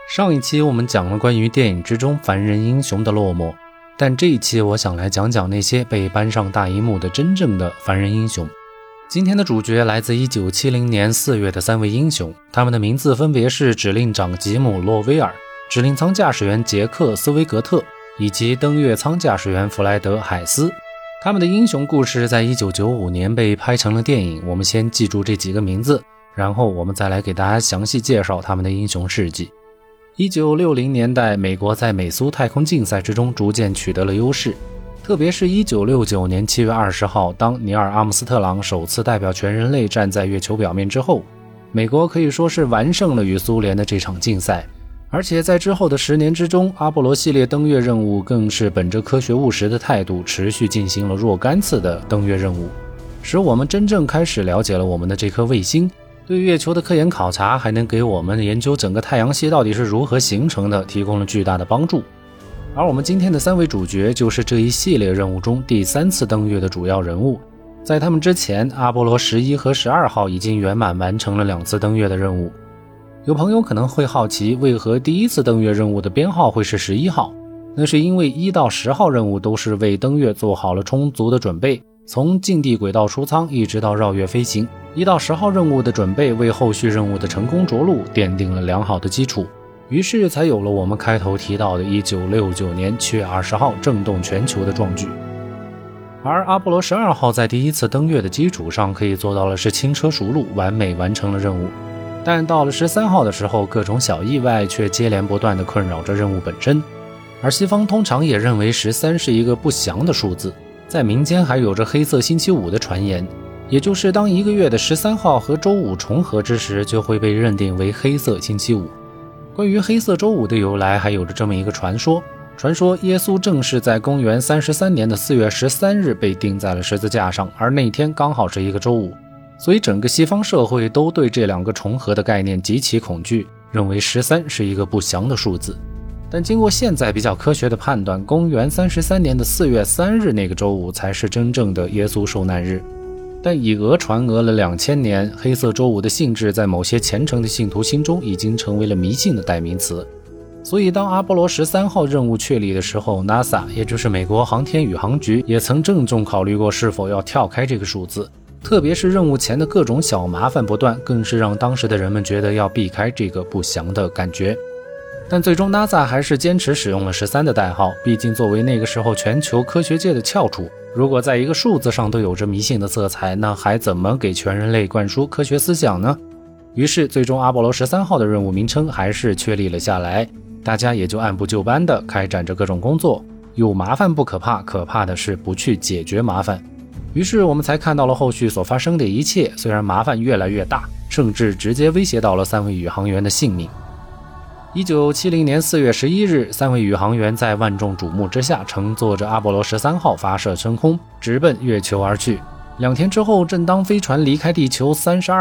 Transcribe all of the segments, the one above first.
上一期我们讲了关于电影之中凡人英雄的落寞，但这一期我想来讲讲那些被搬上大荧幕的真正的凡人英雄。今天的主角来自1970年4月的3位英雄，他们的名字分别是指令长吉姆·洛威尔、指令舱驾驶员杰克·斯威格特以及登月舱驾驶员弗莱德·海斯。他们的英雄故事在1995年被拍成了电影，我们先记住这几个名字，然后我们再来给大家详细介绍他们的英雄事迹。1960年代，美国在美苏太空竞赛之中逐渐取得了优势，特别是1969年7月20号，当尼尔·阿姆斯特朗首次代表全人类站在月球表面之后，美国可以说是完胜了与苏联的这场竞赛。而且在之后的10年之中，阿波罗系列登月任务更是本着科学务实的态度，持续进行了若干次的登月任务，使我们真正开始了解了我们的这颗卫星。对月球的科研考察还能给我们研究整个太阳系到底是如何形成的提供了巨大的帮助。而我们今天的3位主角就是这一系列任务中第3次登月的主要人物。在他们之前，阿波罗11和12号已经圆满完成了2次登月的任务。有朋友可能会好奇，为何第1次登月任务的编号会是11号？那是因为1到10号任务都是为登月做好了充足的准备，从近地轨道出舱一直到绕月飞行。1到10号任务的准备为后续任务的成功着陆奠定了良好的基础，于是才有了我们开头提到的1969年7月20号震动全球的壮举。而阿波罗12号在第1次登月的基础上可以做到了是轻车熟路，完美完成了任务。但到了13号的时候，各种小意外却接连不断地困扰着任务本身。而西方通常也认为13是一个不祥的数字，在民间还有着黑色星期五的传言，也就是当一个月的13号和周五重合之时，就会被认定为黑色星期五。关于黑色周五的由来，还有着这么一个传说耶稣正是在公元33年的4月13日被钉在了十字架上，而那天刚好是一个周五，所以整个西方社会都对这2个重合的概念极其恐惧，认为13是一个不祥的数字。但经过现在比较科学的判断，公元33年的4月3日那个周五才是真正的耶稣受难日。但以讹传讹了2000年，黑色周五的性质在某些虔诚的信徒心中已经成为了迷信的代名词。所以当阿波罗13号任务确立的时候， NASA 也就是美国航天宇航局也曾郑重考虑过是否要跳开这个数字，特别是任务前的各种小麻烦不断，更是让当时的人们觉得要避开这个不祥的感觉。但最终 NASA 还是坚持使用了13的代号，毕竟作为那个时候全球科学界的翘楚，如果在一个数字上都有着迷信的色彩，那还怎么给全人类灌输科学思想呢？于是最终阿波罗13号的任务名称还是确立了下来，大家也就按部就班地开展着各种工作。有麻烦不可怕，可怕的是不去解决麻烦。于是我们才看到了后续所发生的一切，虽然麻烦越来越大，甚至直接威胁到了3位宇航员的性命。1970年4月11日，3位宇航员在万众瞩目之下乘坐着阿波罗13号发射升空，直奔月球而去。2天之后，正当飞船离开地球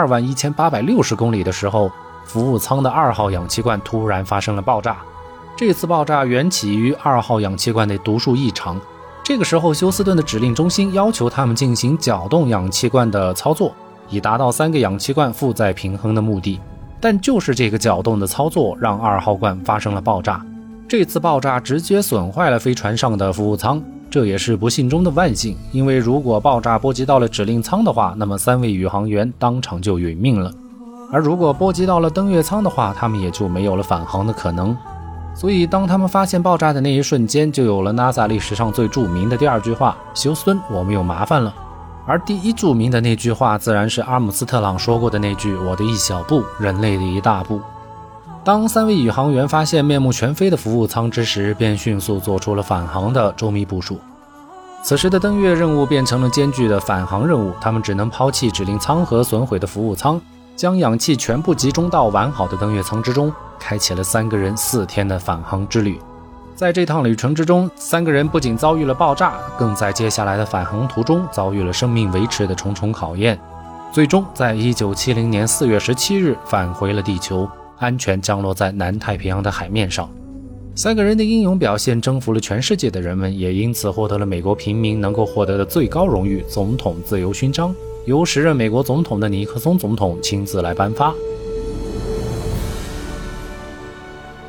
321860公里的时候，服务舱的2号氧气罐突然发生了爆炸。这次爆炸缘起于2号氧气罐的毒素异常。这个时候，休斯顿的指令中心要求他们进行搅动氧气罐的操作，以达到3个氧气罐负载平衡的目的。但就是这个搅动的操作让2号罐发生了爆炸。这次爆炸直接损坏了飞船上的服务舱，这也是不幸中的万幸，因为如果爆炸波及到了指令舱的话，那么3位宇航员当场就殒命了。而如果波及到了登月舱的话，他们也就没有了返航的可能。所以当他们发现爆炸的那一瞬间，就有了 NASA 历史上最著名的第2句话：休斯顿，我们有麻烦了。而第1著名的那句话自然是阿姆斯特朗说过的那句：我的一小步，人类的一大步。当3位宇航员发现面目全非的服务舱之时，便迅速做出了返航的周密部署。此时的登月任务变成了艰巨的返航任务，他们只能抛弃指令舱和损毁的服务舱，将氧气全部集中到完好的登月舱之中，开启了3个人4天的返航之旅。在这趟旅程之中，3个人不仅遭遇了爆炸，更在接下来的返航途中遭遇了生命维持的重重考验，最终在1970年4月17日返回了地球，安全降落在南太平洋的海面上。3个人的英勇表现征服了全世界的人们，也因此获得了美国平民能够获得的最高荣誉——总统自由勋章，由时任美国总统的尼克松总统亲自来颁发。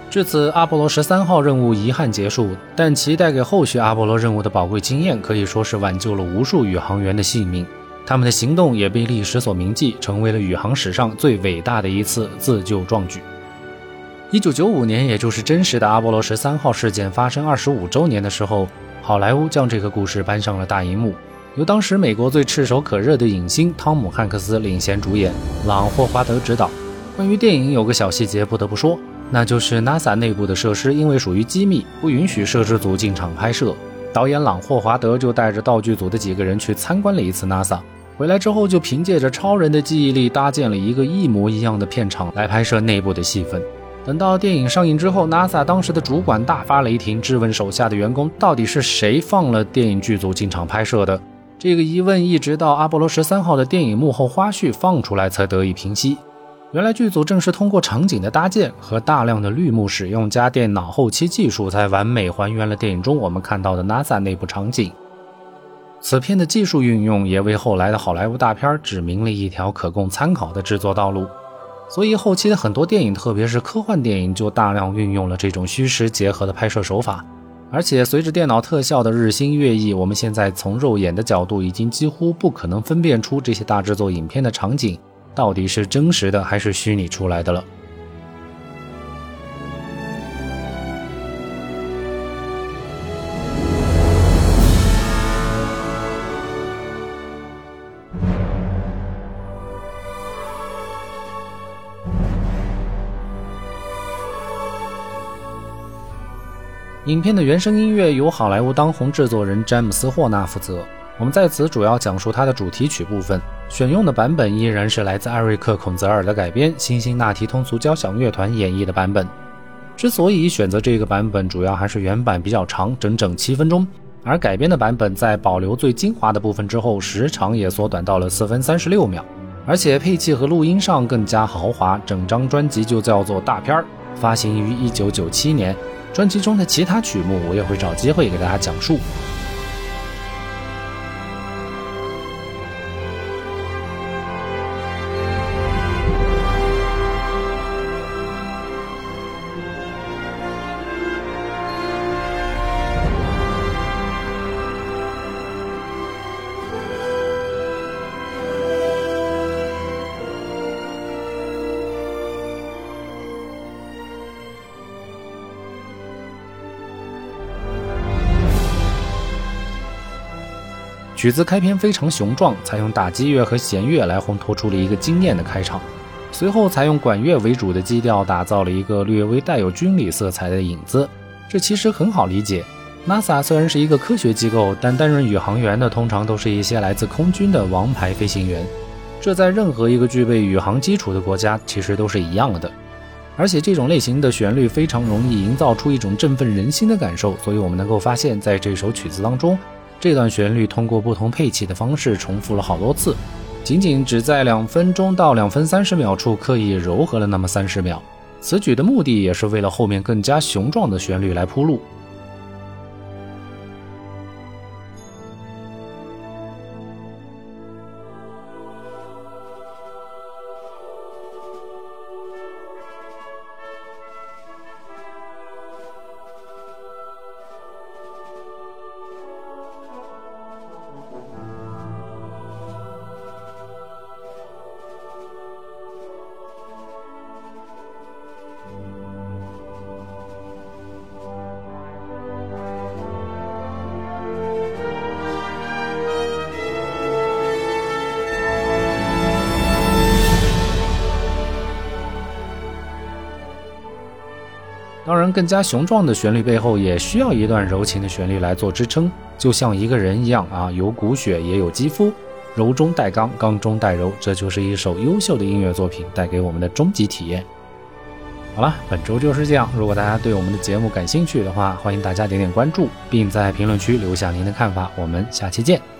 至此，阿波罗13号任务遗憾结束，但其带给后续阿波罗任务的宝贵经验可以说是挽救了无数宇航员的性命。他们的行动也被历史所铭记，成为了宇航史上最伟大的一次自救壮举。1995年，也就是真实的阿波罗13号事件发生25周年的时候，好莱坞将这个故事搬上了大荧幕，由当时美国最炙手可热的影星汤姆·汉克斯领衔主演，朗·霍华德执导。关于电影有个小细节不得不说，那就是 NASA 内部的设施因为属于机密，不允许摄制组进场拍摄，导演朗·霍华德就带着道具组的几个人去参观了一次 NASA， 回来之后就凭借着超人的记忆力搭建了一个一模一样的片场来拍摄内部的戏份。等到电影上映之后， NASA 当时的主管大发雷霆，质问手下的员工到底是谁放了电影剧组进场拍摄的。这个疑问一直到阿波罗13号的电影幕后花絮放出来才得以平息。原来剧组正是通过场景的搭建和大量的绿幕使用加电脑后期技术，才完美还原了电影中我们看到的 NASA 内部场景。此片的技术运用也为后来的好莱坞大片指明了一条可供参考的制作道路。所以后期的很多电影，特别是科幻电影，就大量运用了这种虚实结合的拍摄手法。而且随着电脑特效的日新月异，我们现在从肉眼的角度已经几乎不可能分辨出这些大制作影片的场景到底是真实的还是虚拟出来的了。影片的原声音乐由好莱坞当红制作人詹姆斯·霍纳负责，我们在此主要讲述他的主题曲部分，选用的版本依然是来自艾瑞克·孔泽尔的改编，辛辛那提通俗交响乐团演绎的版本。之所以选择这个版本，主要还是原版比较长，整整7分钟，而改编的版本在保留最精华的部分之后，时长也缩短到了4分36秒，而且配器和录音上更加豪华。整张专辑就叫做大片儿，发行于1997年。专辑中的其他曲目我也会找机会给大家讲述。曲子开篇非常雄壮，采用打击乐和弦乐来烘托出了一个惊艳的开场，随后采用管乐为主的基调打造了一个略微带有军礼色彩的影子。这其实很好理解， NASA 虽然是一个科学机构，但担任宇航员的通常都是一些来自空军的王牌飞行员，这在任何一个具备宇航基础的国家其实都是一样的。而且这种类型的旋律非常容易营造出一种振奋人心的感受，所以我们能够发现在这首曲子当中，这段旋律通过不同配器的方式重复了好多次，仅仅只在2分钟到2分30秒处刻意柔和了那么30秒。此举的目的也是为了后面更加雄壮的旋律来铺路。当然，更加雄壮的旋律背后也需要一段柔情的旋律来做支撑，就像一个人一样啊，有骨血也有肌肤，柔中带刚，刚中带柔，这就是一首优秀的音乐作品带给我们的终极体验。好了，本周就是这样。如果大家对我们的节目感兴趣的话，欢迎大家点点关注，并在评论区留下您的看法。我们下期见。